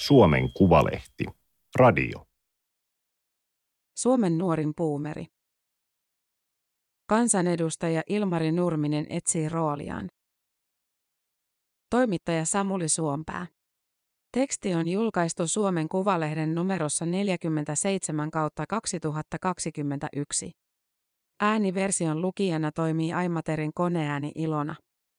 Suomen Kuvalehti. Radio. Suomen nuorin buumeri. Kansanedustaja Ilmari Nurminen etsii rooliaan. Toimittaja Samuli Suompää. Teksti on julkaistu Suomen Kuvalehden numerossa 47/2021. Ääniversion lukijana toimii Aimaterin koneääni Ilona.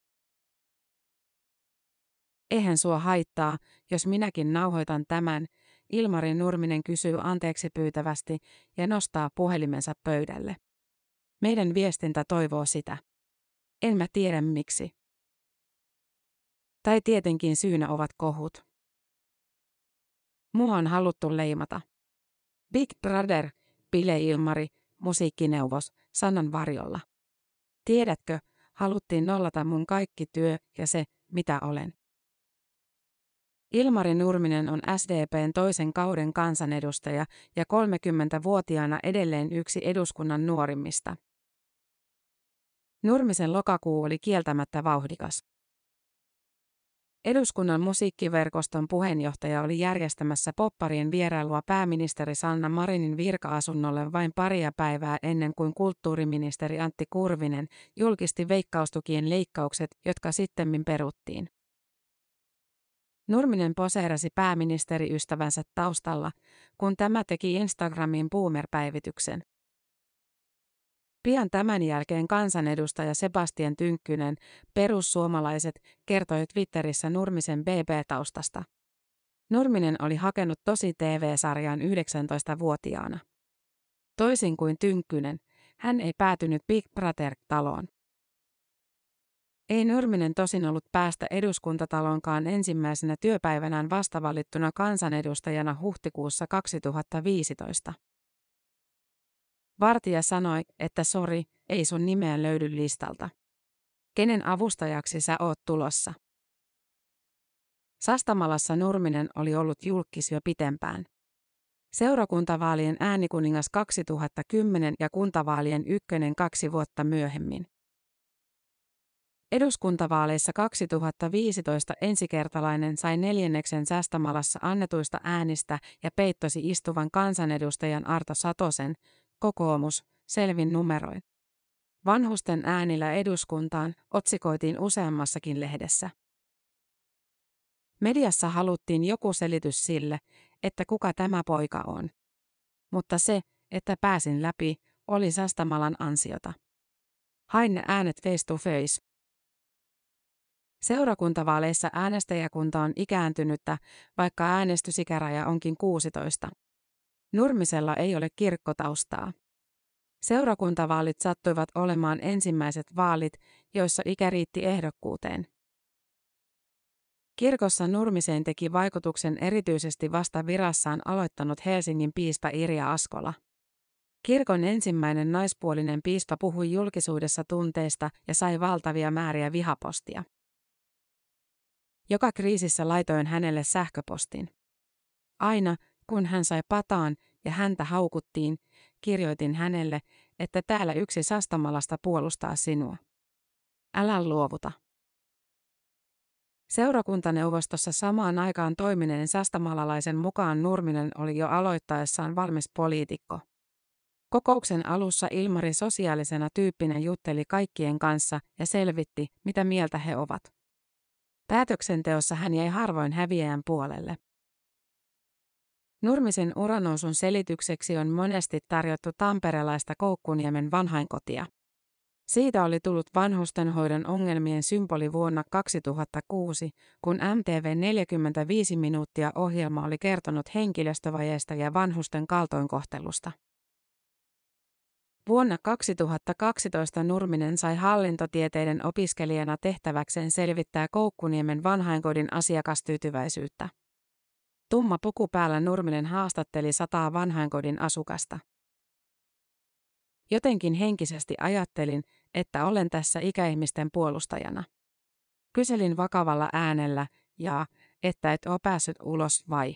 Eihän sua haittaa, jos minäkin nauhoitan tämän, Ilmari Nurminen kysyy anteeksi pyytävästi ja nostaa puhelimensa pöydälle. Meidän viestintä toivoo sitä. En mä tiedä miksi. Tai tietenkin syynä ovat kohut. Mua on haluttu leimata. Big Brother, Pile Ilmari, musiikkineuvos, Sannan varjolla. Tiedätkö, haluttiin nollata mun kaikki työ ja se, mitä olen. Ilmari Nurminen on SDP:n toisen kauden kansanedustaja ja 30-vuotiaana edelleen yksi eduskunnan nuorimmista. Nurmisen lokakuu oli kieltämättä vauhdikas. Eduskunnan musiikkiverkoston puheenjohtaja oli järjestämässä popparien vierailua pääministeri Sanna Marinin virka-asunnolle vain paria päivää ennen kuin kulttuuriministeri Antti Kurvinen julkisti veikkaustukien leikkaukset, jotka sittemmin peruttiin. Nurminen poseerasi pääministeriystävänsä taustalla, kun tämä teki Instagramiin boomer-päivityksen. Pian tämän jälkeen kansanedustaja Sebastian Tynkkynen, perussuomalaiset, kertoi Twitterissä Nurmisen BB-taustasta. Nurminen oli hakenut Tosi TV-sarjaan 19-vuotiaana. Toisin kuin Tynkkynen, hän ei päätynyt Big Brother-taloon. Ei Nurminen tosin ollut päästä eduskuntataloonkaan ensimmäisenä työpäivänään vastavalittuna kansanedustajana huhtikuussa 2015. Vartija sanoi, että sori, ei sun nimeä löydy listalta. Kenen avustajaksi sä oot tulossa? Sastamalassa Nurminen oli ollut julkkis jo pitempään. Seurakuntavaalien äänikuningas 2010 ja kuntavaalien ykkönen 2 vuotta myöhemmin. Eduskuntavaaleissa 2015 ensikertalainen sai 4. Sastamalassa annetuista äänistä ja peittosi istuvan kansanedustajan Arto Satosen, kokoomus, selvin numeroin. Vanhusten äänillä eduskuntaan otsikoitiin useammassakin lehdessä. Mediassa haluttiin joku selitys sille, että kuka tämä poika on. Mutta se, että pääsin läpi, oli Sastamalan ansiota. Hain ne äänet face to face. Seurakuntavaaleissa äänestäjäkunta on ikääntynyttä, vaikka äänestysikäraja onkin 16. Nurmisella ei ole kirkkotaustaa. Seurakuntavaalit sattuivat olemaan ensimmäiset vaalit, joissa ikä riitti ehdokkuuteen. Kirkossa Nurmiseen teki vaikutuksen erityisesti vasta virassaan aloittanut Helsingin piispa Irja Askola. Kirkon ensimmäinen naispuolinen piispa puhui julkisuudessa tunteista ja sai valtavia määriä vihapostia. Joka kriisissä laitoin hänelle sähköpostin. Aina, kun hän sai pataan ja häntä haukuttiin, kirjoitin hänelle, että täällä yksi Sastamalasta puolustaa sinua. Älä luovuta. Seurakuntaneuvostossa samaan aikaan toimineen sastamalalaisen mukaan Nurminen oli jo aloittaessaan valmis poliitikko. Kokouksen alussa Ilmari sosiaalisena tyyppinä jutteli kaikkien kanssa ja selvitti, mitä mieltä he ovat. Päätöksenteossa hän jäi harvoin häviäjän puolelle. Nurmisen uranousun selitykseksi on monesti tarjottu tamperelaista Koukkuniemen vanhainkotia. Siitä oli tullut vanhustenhoidon ongelmien symboli vuonna 2006, kun MTV 45 minuuttia -ohjelma oli kertonut henkilöstövajeesta ja vanhusten kaltoinkohtelusta. Vuonna 2012 Nurminen sai hallintotieteiden opiskelijana tehtäväkseen selvittää Koukkuniemen vanhainkodin asiakastyytyväisyyttä. Tumma puku päällä Nurminen haastatteli 100 vanhainkodin asukasta. Jotenkin henkisesti ajattelin, että olen tässä ikäihmisten puolustajana. Kyselin vakavalla äänellä, että et ole päässyt ulos vai?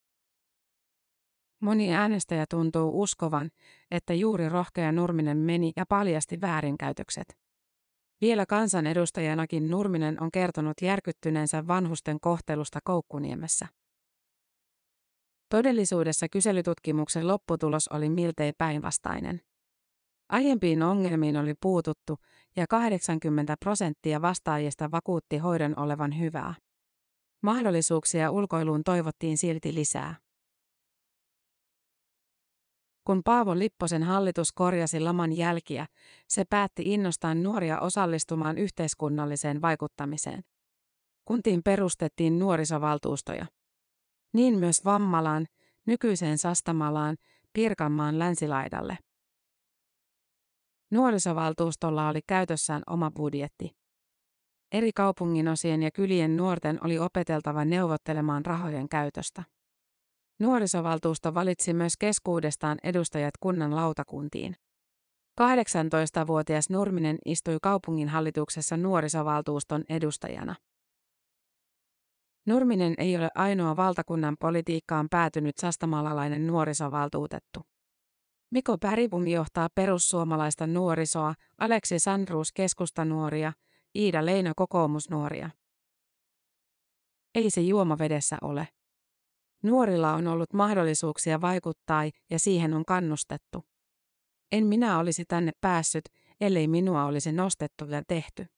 Moni äänestäjä tuntuu uskovan, että juuri rohkea Nurminen meni ja paljasti väärinkäytökset. Vielä kansanedustajanakin Nurminen on kertonut järkyttyneensä vanhusten kohtelusta Koukkuniemessä. Todellisuudessa kyselytutkimuksen lopputulos oli miltei päinvastainen. Aiempiin ongelmiin oli puututtu ja 80% vastaajista vakuutti hoidon olevan hyvää. Mahdollisuuksia ulkoiluun toivottiin silti lisää. Kun Paavo Lipposen hallitus korjasi laman jälkiä, se päätti innostaa nuoria osallistumaan yhteiskunnalliseen vaikuttamiseen. Kuntiin perustettiin nuorisovaltuustoja. Niin myös Vammalaan, nykyiseen Sastamalaan, Pirkanmaan länsilaidalle. Nuorisovaltuustolla oli käytössään oma budjetti. Eri kaupunginosien ja kylien nuorten oli opeteltava neuvottelemaan rahojen käytöstä. Nuorisovaltuusto valitsi myös keskuudestaan edustajat kunnan lautakuntiin. 18-vuotias Nurminen istui kaupunginhallituksessa nuorisovaltuuston edustajana. Nurminen ei ole ainoa valtakunnan politiikkaan päätynyt sastamalalainen nuorisovaltuutettu. Mikko Bergbom johtaa perussuomalaista nuorisoa, Aleksi Sandruus keskustanuoria, Iida Leino kokoomusnuoria. Ei se juomavedessä ole. Nuorilla on ollut mahdollisuuksia vaikuttaa ja siihen on kannustettu. En minä olisi tänne päässyt, ellei minua olisi nostettu ja tehty.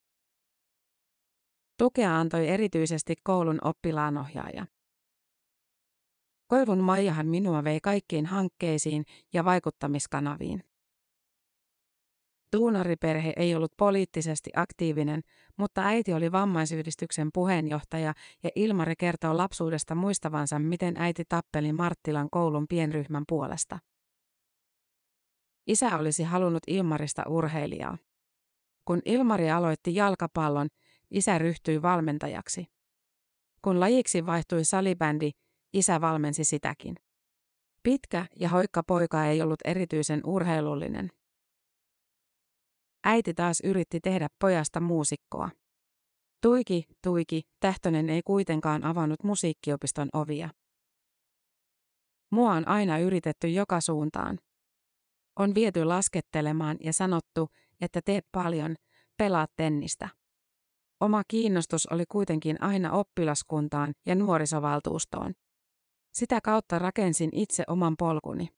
Tukea antoi erityisesti koulun oppilaanohjaaja. Koivun Maijahan minua vei kaikkiin hankkeisiin ja vaikuttamiskanaviin. Duunariperhe ei ollut poliittisesti aktiivinen, mutta äiti oli vammaisyhdistyksen puheenjohtaja ja Ilmari kertoo lapsuudesta muistavansa, miten äiti tappeli Marttilan koulun pienryhmän puolesta. Isä olisi halunnut Ilmarista urheilijaa. Kun Ilmari aloitti jalkapallon, isä ryhtyi valmentajaksi. Kun lajiksi vaihtui salibändi, isä valmensi sitäkin. Pitkä ja hoikka poika ei ollut erityisen urheilullinen. Äiti taas yritti tehdä pojasta muusikkoa. Tuiki, Tähtönen ei kuitenkaan avannut musiikkiopiston ovia. Mua on aina yritetty joka suuntaan. On viety laskettelemaan ja sanottu, että teet paljon, pelaat tennistä. Oma kiinnostus oli kuitenkin aina oppilaskuntaan ja nuorisovaltuustoon. Sitä kautta rakensin itse oman polkuni.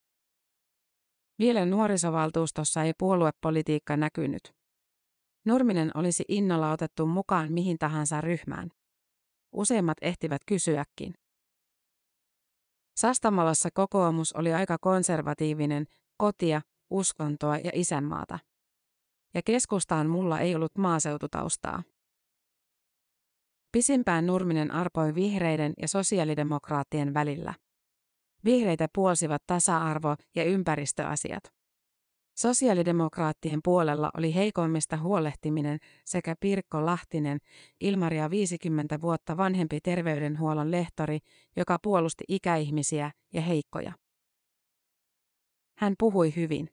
Vielä nuorisovaltuustossa ei puoluepolitiikka näkynyt. Nurminen olisi innolla otettu mukaan mihin tahansa ryhmään. Useimmat ehtivät kysyäkin. Sastamalassa kokoomus oli aika konservatiivinen, kotia, uskontoa ja isänmaata. Ja keskustaan mulla ei ollut maaseututaustaa. Pisimpään Nurminen arpoi vihreiden ja sosiaalidemokraattien välillä. Vihreitä puolsivat tasa-arvo- ja ympäristöasiat. Sosiaalidemokraattien puolella oli heikoimmista huolehtiminen sekä Pirkko Lahtinen, Ilmaria 50 vuotta vanhempi terveydenhuollon lehtori, joka puolusti ikäihmisiä ja heikkoja. Hän puhui hyvin.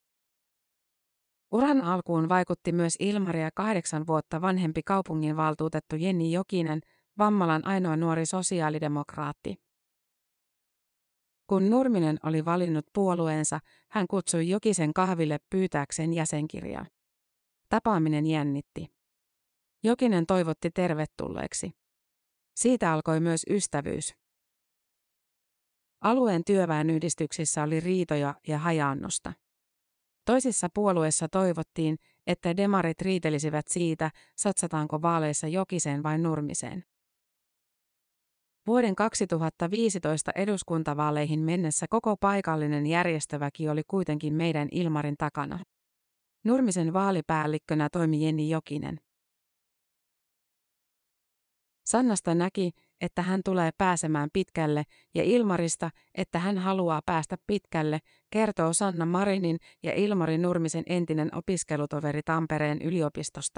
Uran alkuun vaikutti myös Ilmaria 8 vuotta vanhempi kaupunginvaltuutettu Jenni Jokinen, Vammalan ainoa nuori sosiaalidemokraatti. Kun Nurminen oli valinnut puolueensa, hän kutsui Jokisen kahville pyytääkseen jäsenkirjaa. Tapaaminen jännitti. Jokinen toivotti tervetulleeksi. Siitä alkoi myös ystävyys. Alueen työväenyhdistyksissä oli riitoja ja hajaannusta. Toisissa puolueissa toivottiin, että demarit riitelisivät siitä, satsataanko vaaleissa Jokiseen vai Nurmiseen. Vuoden 2015 eduskuntavaaleihin mennessä koko paikallinen järjestöväki oli kuitenkin meidän Ilmarin takana. Nurmisen vaalipäällikkönä toimi Jenni Jokinen. Sannasta näki, että hän tulee pääsemään pitkälle, ja Ilmarista, että hän haluaa päästä pitkälle, kertoo Sanna Marinin ja Ilmari Nurmisen entinen opiskelutoveri Tampereen yliopistosta.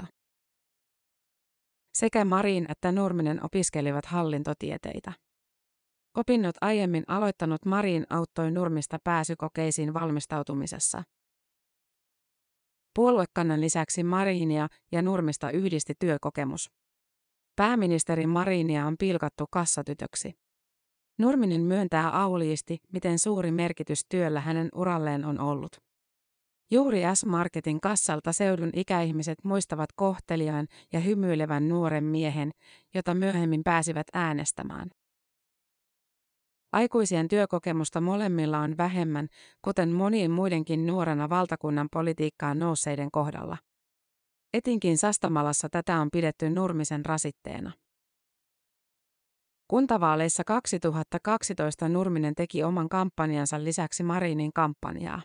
Sekä Marin että Nurminen opiskelivat hallintotieteitä. Opinnot aiemmin aloittanut Marin auttoi Nurmista pääsykokeisiin valmistautumisessa. Puoluekannan lisäksi Marinia ja Nurmista yhdisti työkokemus. Pääministeri Marinia on pilkattu kassatytöksi. Nurminen myöntää auliisti, miten suuri merkitys työllä hänen uralleen on ollut. Juuri S-Marketin kassalta seudun ikäihmiset muistavat kohteliaan ja hymyilevän nuoren miehen, jota myöhemmin pääsivät äänestämään. Aikuisien työkokemusta molemmilla on vähemmän, kuten monien muidenkin nuorena valtakunnan politiikkaan nousseiden kohdalla. Etenkin Sastamalassa tätä on pidetty Nurmisen rasitteena. Kuntavaaleissa 2012 Nurminen teki oman kampanjansa lisäksi Marinin kampanjaa.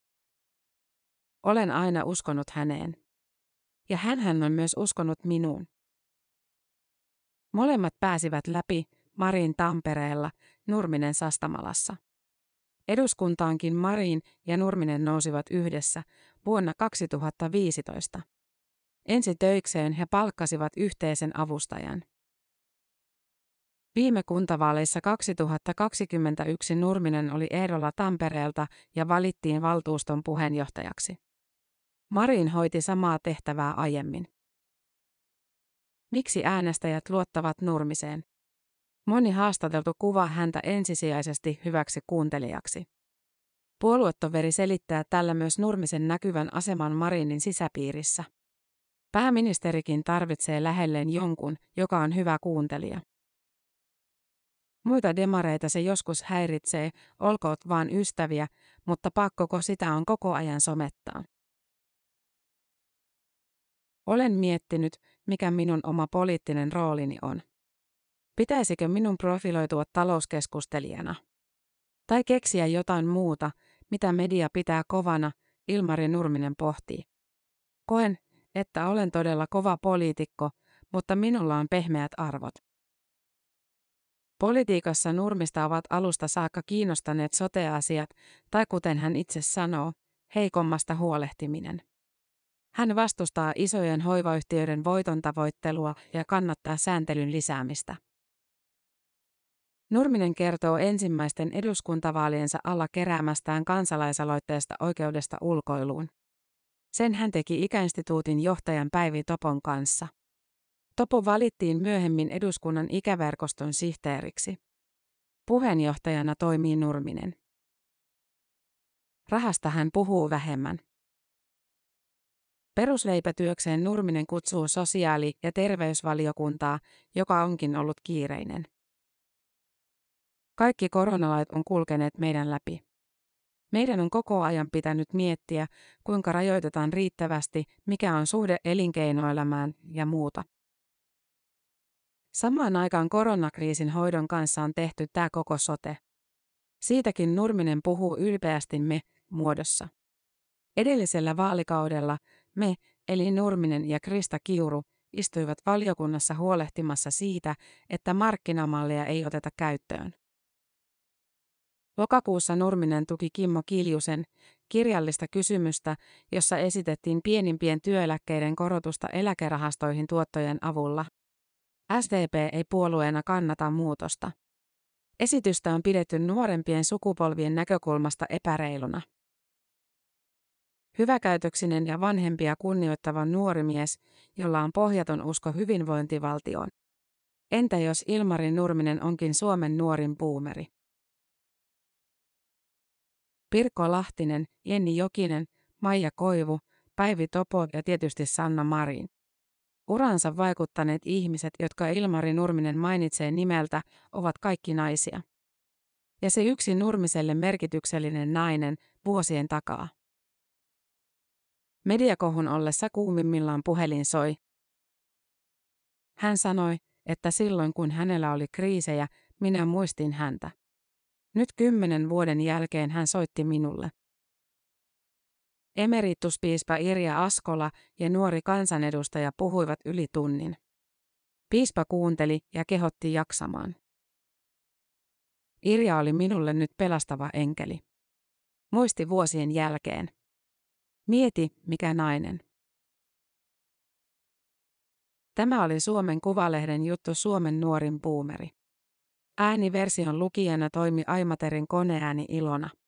Olen aina uskonut häneen. Ja hän on myös uskonut minuun. Molemmat pääsivät läpi, Marin Tampereella, Nurminen Sastamalassa. Eduskuntaankin Marin ja Nurminen nousivat yhdessä vuonna 2015. Ensi töikseen he palkkasivat yhteisen avustajan. Viime kuntavaaleissa 2021 Nurminen oli ehdolla Tampereelta ja valittiin valtuuston puheenjohtajaksi. Marin hoiti samaa tehtävää aiemmin. Miksi äänestäjät luottavat Nurmiseen? Moni haastateltu kuvaa häntä ensisijaisesti hyväksi kuuntelijaksi. Puoluetoveri selittää tällä myös Nurmisen näkyvän aseman Marinin sisäpiirissä. Pääministerikin tarvitsee lähelleen jonkun, joka on hyvä kuuntelija. Muita demareita se joskus häiritsee, olkoot vaan ystäviä, mutta pakkoko sitä on koko ajan somettaa. Olen miettinyt, mikä minun oma poliittinen roolini on. Pitäisikö minun profiloitua talouskeskustelijana? Tai keksiä jotain muuta, mitä media pitää kovana, Ilmari Nurminen pohtii. Koen, että olen todella kova poliitikko, mutta minulla on pehmeät arvot. Politiikassa Nurmista ovat alusta saakka kiinnostaneet sote-asiat, tai kuten hän itse sanoo, heikommasta huolehtiminen. Hän vastustaa isojen hoivayhtiöiden voitontavoittelua ja kannattaa sääntelyn lisäämistä. Nurminen kertoo ensimmäisten eduskuntavaaliensa alla keräämästään kansalaisaloitteesta oikeudesta ulkoiluun. Sen hän teki ikäinstituutin johtajan Päivi Topon kanssa. Topo valittiin myöhemmin eduskunnan ikäverkoston sihteeriksi. Puheenjohtajana toimii Nurminen. Rahasta hän puhuu vähemmän. Perusleipätyökseen Nurminen kutsuu sosiaali- ja terveysvaliokuntaa, joka onkin ollut kiireinen. Kaikki koronalait on kulkeneet meidän läpi. Meidän on koko ajan pitänyt miettiä, kuinka rajoitetaan riittävästi, mikä on suhde elinkeinoelämään ja muuta. Samaan aikaan koronakriisin hoidon kanssa on tehty tämä koko sote. Siitäkin Nurminen puhuu ylpeästi me-muodossa. Edellisellä vaalikaudella me, eli Nurminen ja Krista Kiuru, istuivat valiokunnassa huolehtimassa siitä, että markkinamallia ei oteta käyttöön. Lokakuussa Nurminen tuki Kimmo Kiljusen kirjallista kysymystä, jossa esitettiin pienimpien työeläkkeiden korotusta eläkerahastoihin tuottojen avulla. SDP ei puolueena kannata muutosta. Esitystä on pidetty nuorempien sukupolvien näkökulmasta epäreiluna. Hyväkäytöksinen ja vanhempia kunnioittava nuori mies, jolla on pohjaton usko hyvinvointivaltioon. Entä jos Ilmari Nurminen onkin Suomen nuorin boomeri? Pirkko Lahtinen, Jenni Jokinen, Maija Koivu, Päivi Topo ja tietysti Sanna Marin. Uransa vaikuttaneet ihmiset, jotka Ilmari Nurminen mainitsee nimeltä, ovat kaikki naisia. Ja se yksi Nurmiselle merkityksellinen nainen vuosien takaa. Mediakohun ollessa kuumimmillaan puhelin soi. Hän sanoi, että silloin kun hänellä oli kriisejä, minä muistin häntä. Nyt 10 vuoden jälkeen hän soitti minulle. Emerituspiispa Irja Askola ja nuori kansanedustaja puhuivat yli tunnin. Piispa kuunteli ja kehotti jaksamaan. Irja oli minulle nyt pelastava enkeli. Muisti vuosien jälkeen. Mieti, mikä nainen. Tämä oli Suomen Kuvalehden juttu Suomen nuorin boomeri. Ääniversion lukijana toimi Aimaterin koneääni Ilona.